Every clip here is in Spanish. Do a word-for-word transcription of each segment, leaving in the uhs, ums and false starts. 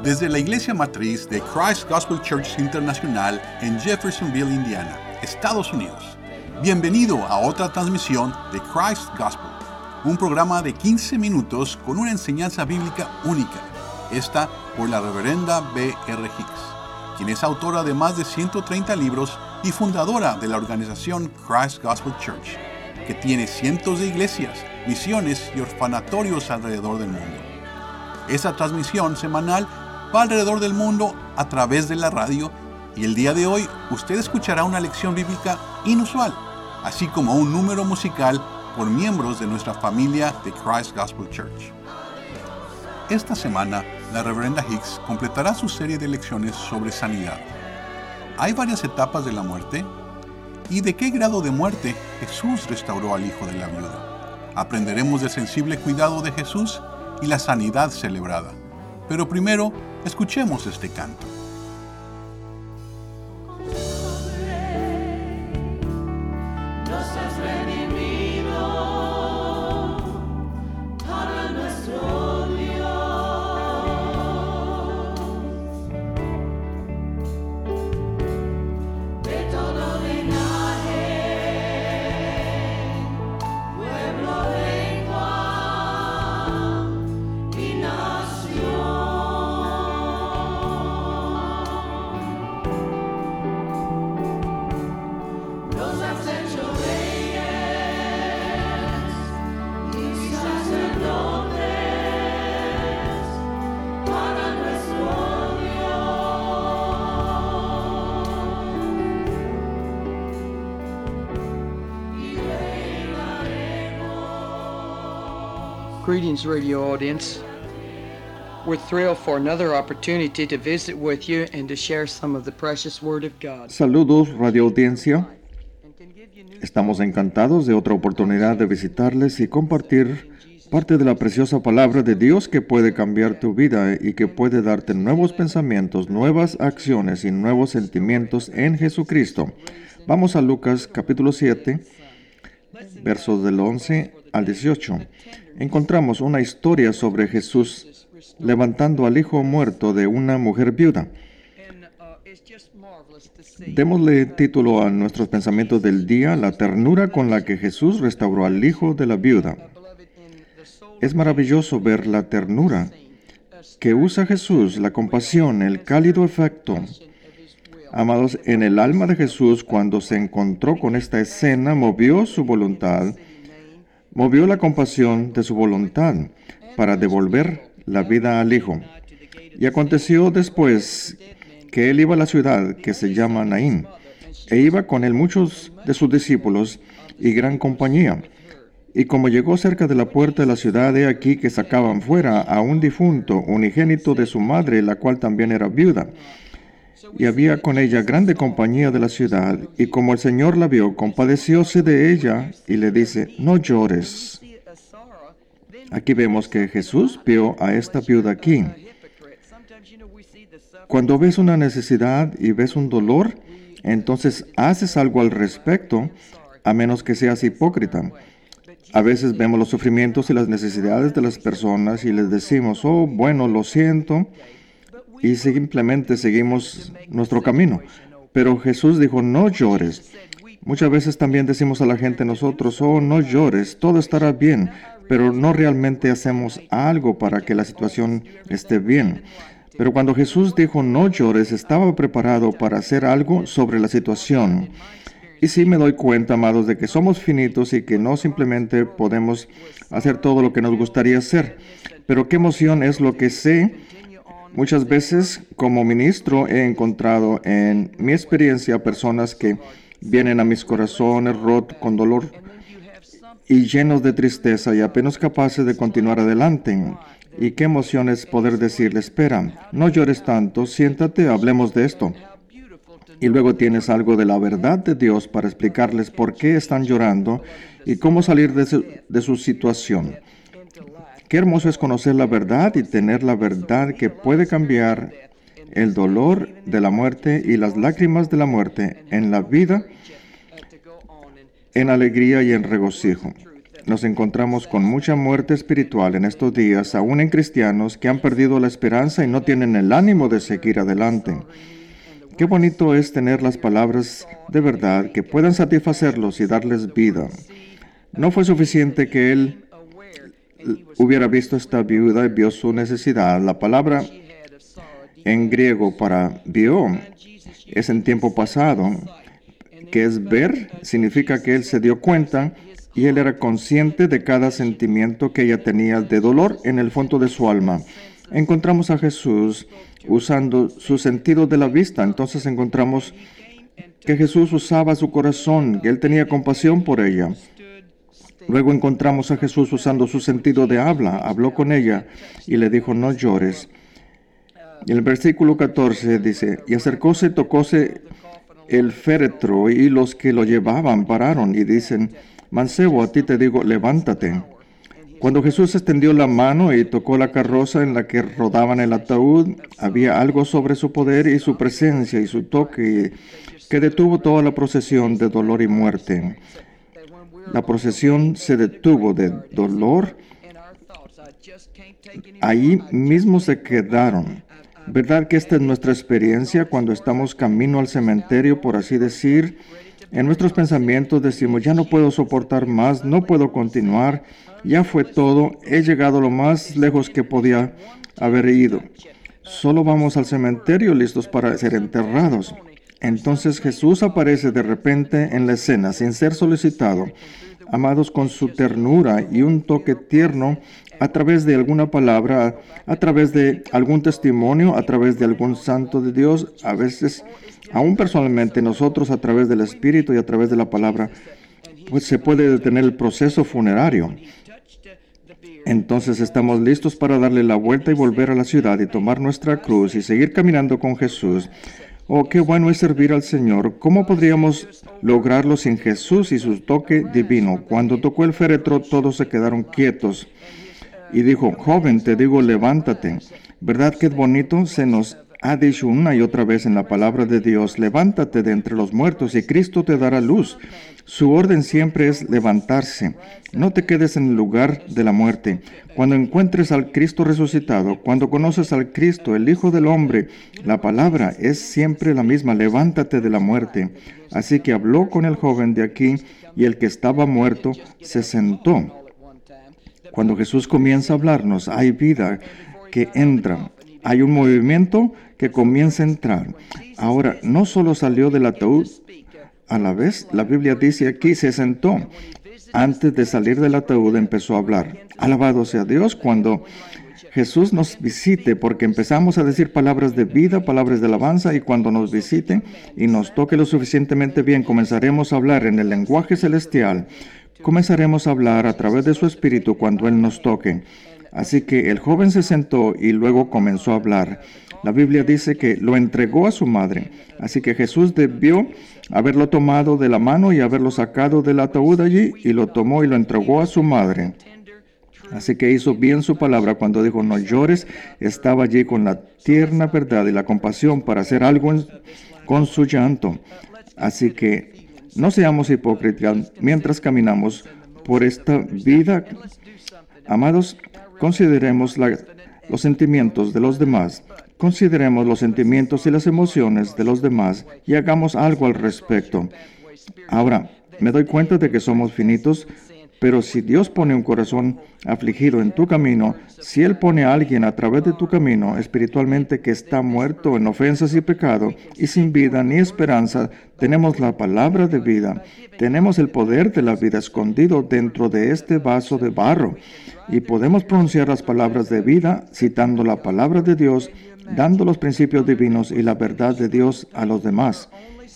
Desde la iglesia matriz de Christ Gospel Church Internacional en Jeffersonville, Indiana, Estados Unidos. Bienvenido a otra transmisión de Christ Gospel, un programa de quince minutos con una enseñanza bíblica única, esta por la reverenda B R Hicks, quien es autora de más de ciento treinta libros y fundadora de la organización Christ Gospel Church, que tiene cientos de iglesias, misiones y orfanatorios alrededor del mundo. Esta transmisión semanal va alrededor del mundo a través de la radio y el día de hoy usted escuchará una lección bíblica inusual, así como un número musical por miembros de nuestra familia de Christ Gospel Church. Esta semana, la reverenda Hicks completará su serie de lecciones sobre sanidad. ¿Hay varias etapas de la muerte? ¿Y de qué grado de muerte Jesús restauró al hijo de la viuda? Aprenderemos del sensible cuidado de Jesús y la sanidad celebrada. Pero primero, escuchemos este canto. Greetings, radio audience. We're thrilled for another opportunity to visit with you and to share some of the precious Word of God. Saludos, radio audiencia. Estamos encantados de otra oportunidad de visitarles y compartir parte de la preciosa palabra de Dios que puede cambiar tu vida y que puede darte nuevos pensamientos, nuevas acciones y nuevos sentimientos en Jesucristo. Vamos a Lucas capítulo siete, versos del once al dieciocho. Encontramos una historia sobre Jesús levantando al hijo muerto de una mujer viuda. Démosle título a nuestros pensamientos del día: la ternura con la que Jesús restauró al hijo de la viuda. Es maravilloso ver la ternura que usa Jesús, la compasión, el cálido afecto. Amados, en el alma de Jesús, cuando se encontró con esta escena, movió su voluntad, movió la compasión de su voluntad para devolver la vida al hijo. Y aconteció después que él iba a la ciudad que se llama Naín, e iba con él muchos de sus discípulos y gran compañía. Y como llegó cerca de la puerta de la ciudad, he aquí que sacaban fuera a un difunto, unigénito de su madre, la cual también era viuda. Y había con ella grande compañía de la ciudad, y como el Señor la vio, compadecióse de ella, y le dice: no llores. Aquí vemos que Jesús vio a esta viuda aquí. Cuando ves una necesidad y ves un dolor, entonces haces algo al respecto, a menos que seas hipócrita. A veces vemos los sufrimientos y las necesidades de las personas y les decimos: oh, bueno, lo siento, y simplemente seguimos nuestro camino. Pero Jesús dijo: no llores. Muchas veces también decimos a la gente nosotros: oh, no llores, todo estará bien, pero no realmente hacemos algo para que la situación esté bien. Pero cuando Jesús dijo no llores, estaba preparado para hacer algo sobre la situación. Y sí me doy cuenta, amados, de que somos finitos y que no simplemente podemos hacer todo lo que nos gustaría hacer. Pero qué emoción es lo que sé. Muchas veces, como ministro, he encontrado en mi experiencia personas que vienen a mis corazones rotos, con dolor y llenos de tristeza y apenas capaces de continuar adelante. Y qué emoción es poder decirle: espera, no llores tanto, siéntate, hablemos de esto. Y luego tienes algo de la verdad de Dios para explicarles por qué están llorando y cómo salir de su, de su situación. Qué hermoso es conocer la verdad y tener la verdad que puede cambiar el dolor de la muerte y las lágrimas de la muerte en la vida, en alegría y en regocijo. nos encontramos con mucha muerte espiritual en estos días, aún en cristianos que han perdido la esperanza y no tienen el ánimo de seguir adelante. Qué bonito es tener las palabras de verdad que puedan satisfacerlos y darles vida. No fue suficiente que él hubiera visto a esta viuda y vio su necesidad. La palabra en griego para vio es en tiempo pasado, que es ver, significa que él se dio cuenta y él era consciente de cada sentimiento que ella tenía de dolor en el fondo de su alma. Encontramos a Jesús usando su sentido de la vista. Entonces encontramos que Jesús usaba su corazón, que él tenía compasión por ella. Luego encontramos a Jesús usando su sentido de habla. Habló con ella y le dijo, no llores. Y el versículo catorce dice, y acercóse y tocóse el féretro, y los que lo llevaban pararon y dicen, mancebo, a ti te digo, levántate. Cuando Jesús extendió la mano y tocó la carroza en la que rodaban el ataúd, había algo sobre su poder y su presencia y su toque que detuvo toda la procesión de dolor y muerte. La procesión se detuvo de dolor. Ahí mismo se quedaron. ¿Verdad que esta es nuestra experiencia cuando estamos camino al cementerio, por así decir? En nuestros pensamientos decimos, ya no puedo soportar más, no puedo continuar, ya fue todo, he llegado lo más lejos que podía haber ido. Solo vamos al cementerio listos para ser enterrados. Entonces Jesús aparece de repente en la escena sin ser solicitado. Amados, con su ternura y un toque tierno, a través de alguna palabra, a través de algún testimonio, a través de algún santo de Dios, a veces, aún personalmente, nosotros a través del Espíritu y a través de la palabra, pues se puede detener el proceso funerario. Entonces estamos listos para darle la vuelta y volver a la ciudad y tomar nuestra cruz y seguir caminando con Jesús. Oh, qué bueno es servir al Señor. ¿Cómo podríamos lograrlo sin Jesús y su toque divino? Cuando tocó el féretro, todos se quedaron quietos. Y dijo, joven, te digo, levántate. ¿Verdad que es bonito? Se nos ha dicho una y otra vez en la palabra de Dios, levántate de entre los muertos y Cristo te dará luz. Su orden siempre es levantarse. No te quedes en el lugar de la muerte. Cuando encuentres al Cristo resucitado, cuando conoces al Cristo, el Hijo del Hombre, la palabra es siempre la misma, levántate de la muerte. Así que habló con el joven de aquí y el que estaba muerto se sentó. Cuando Jesús comienza a hablarnos, hay vida que entra. Hay un movimiento que comienza a entrar. Ahora, no solo salió del ataúd, a la vez, la Biblia dice aquí, se sentó. Antes de salir del ataúd empezó a hablar. Alabado sea Dios cuando Jesús nos visite, porque empezamos a decir palabras de vida, palabras de alabanza, y cuando nos visite y nos toque lo suficientemente bien, comenzaremos a hablar en el lenguaje celestial. Comenzaremos a hablar a través de su Espíritu cuando Él nos toque. Así que el joven se sentó y luego comenzó a hablar. La Biblia dice que lo entregó a su madre. Así que Jesús debió haberlo tomado de la mano y haberlo sacado del ataúd allí, y lo tomó y lo entregó a su madre. Así que hizo bien su palabra cuando dijo, no llores. Estaba allí con la tierna verdad y la compasión para hacer algo en, con su llanto. Así que no seamos hipócritas mientras caminamos por esta vida. Amados, consideremos la, los sentimientos de los demás. Consideremos los sentimientos y las emociones de los demás y hagamos algo al respecto. Ahora, me doy cuenta de que somos finitos, pero si Dios pone un corazón afligido en tu camino, si Él pone a alguien a través de tu camino espiritualmente que está muerto en ofensas y pecado y sin vida ni esperanza, tenemos la palabra de vida, tenemos el poder de la vida escondido dentro de este vaso de barro y podemos pronunciar las palabras de vida citando la palabra de Dios, dando los principios divinos y la verdad de Dios a los demás.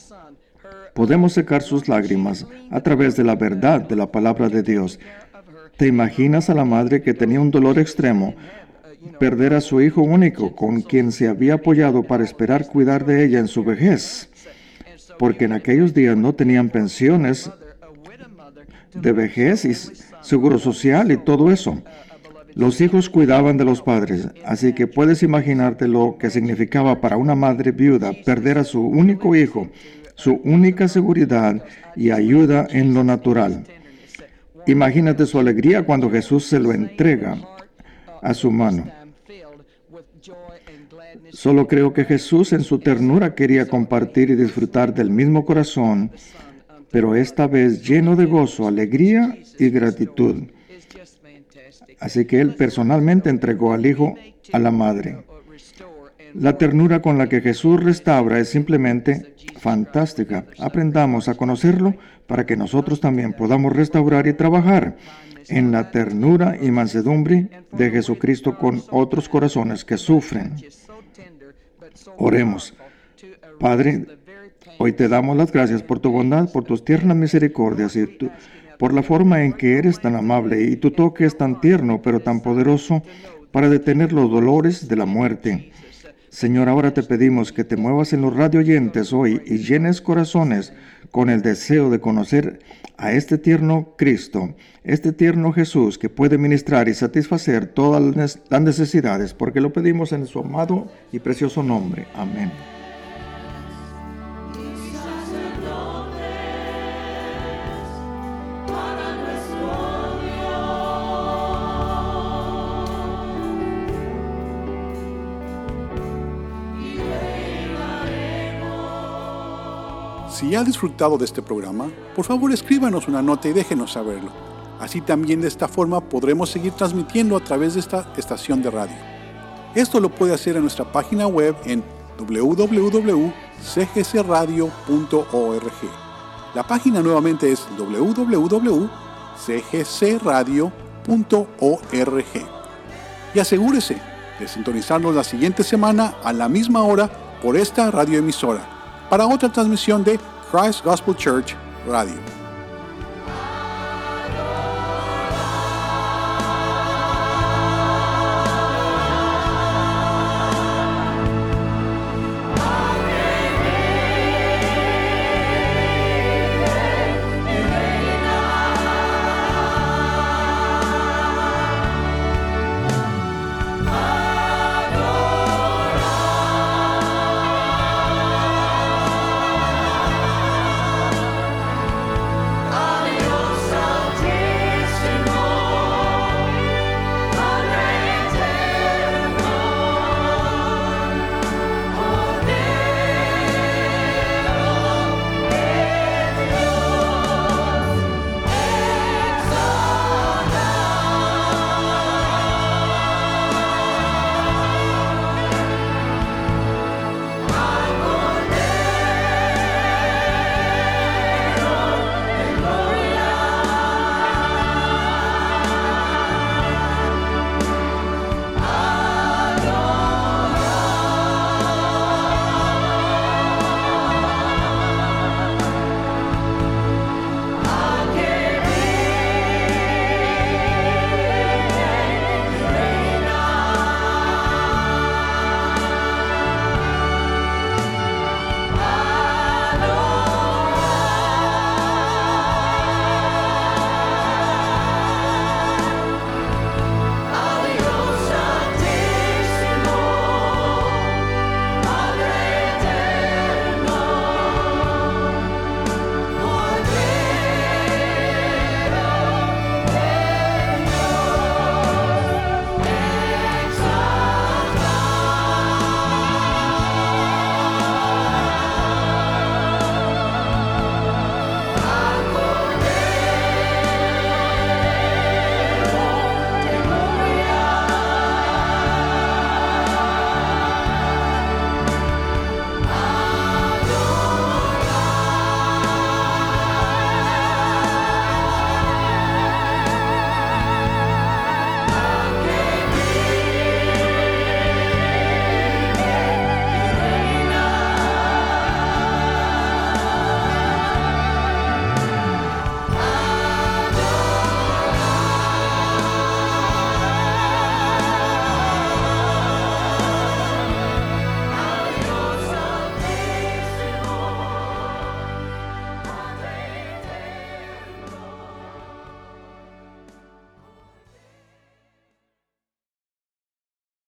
Podemos secar sus lágrimas a través de la verdad de la palabra de Dios. ¿Te imaginas a la madre que tenía un dolor extremo, perder a su hijo único con quien se había apoyado para esperar cuidar de ella en su vejez? Porque en aquellos días no tenían pensiones de vejez y seguro social y todo eso. Los hijos cuidaban de los padres, así que puedes imaginarte lo que significaba para una madre viuda perder a su único hijo, su única seguridad y ayuda en lo natural. Imagínate su alegría cuando Jesús se lo entrega a su mano. Solo creo que Jesús en su ternura quería compartir y disfrutar del mismo corazón, pero esta vez lleno de gozo, alegría y gratitud. Así que Él personalmente entregó al Hijo a la Madre. La ternura con la que Jesús restaura es simplemente fantástica. Aprendamos a conocerlo para que nosotros también podamos restaurar y trabajar en la ternura y mansedumbre de Jesucristo con otros corazones que sufren. Oremos. Padre, hoy te damos las gracias por tu bondad, por tus tiernas misericordias y tu, por la forma en que eres tan amable y tu toque es tan tierno pero tan poderoso para detener los dolores de la muerte. Señor, ahora te pedimos que te muevas en los radio oyentes hoy y llenes corazones con el deseo de conocer a este tierno Cristo, este tierno Jesús que puede ministrar y satisfacer todas las necesidades, porque lo pedimos en su amado y precioso nombre. Amén. Si ha disfrutado de este programa, por favor escríbanos una nota y déjenos saberlo. Así también de esta forma podremos seguir transmitiendo a través de esta estación de radio. Esto lo puede hacer en nuestra página web en doble u doble u doble u punto c g c radio punto org. La página nuevamente es doble u doble u doble u punto c g c radio punto org. Y asegúrese de sintonizarnos la siguiente semana a la misma hora por esta radioemisora para otra transmisión de Christ Gospel Church Radio.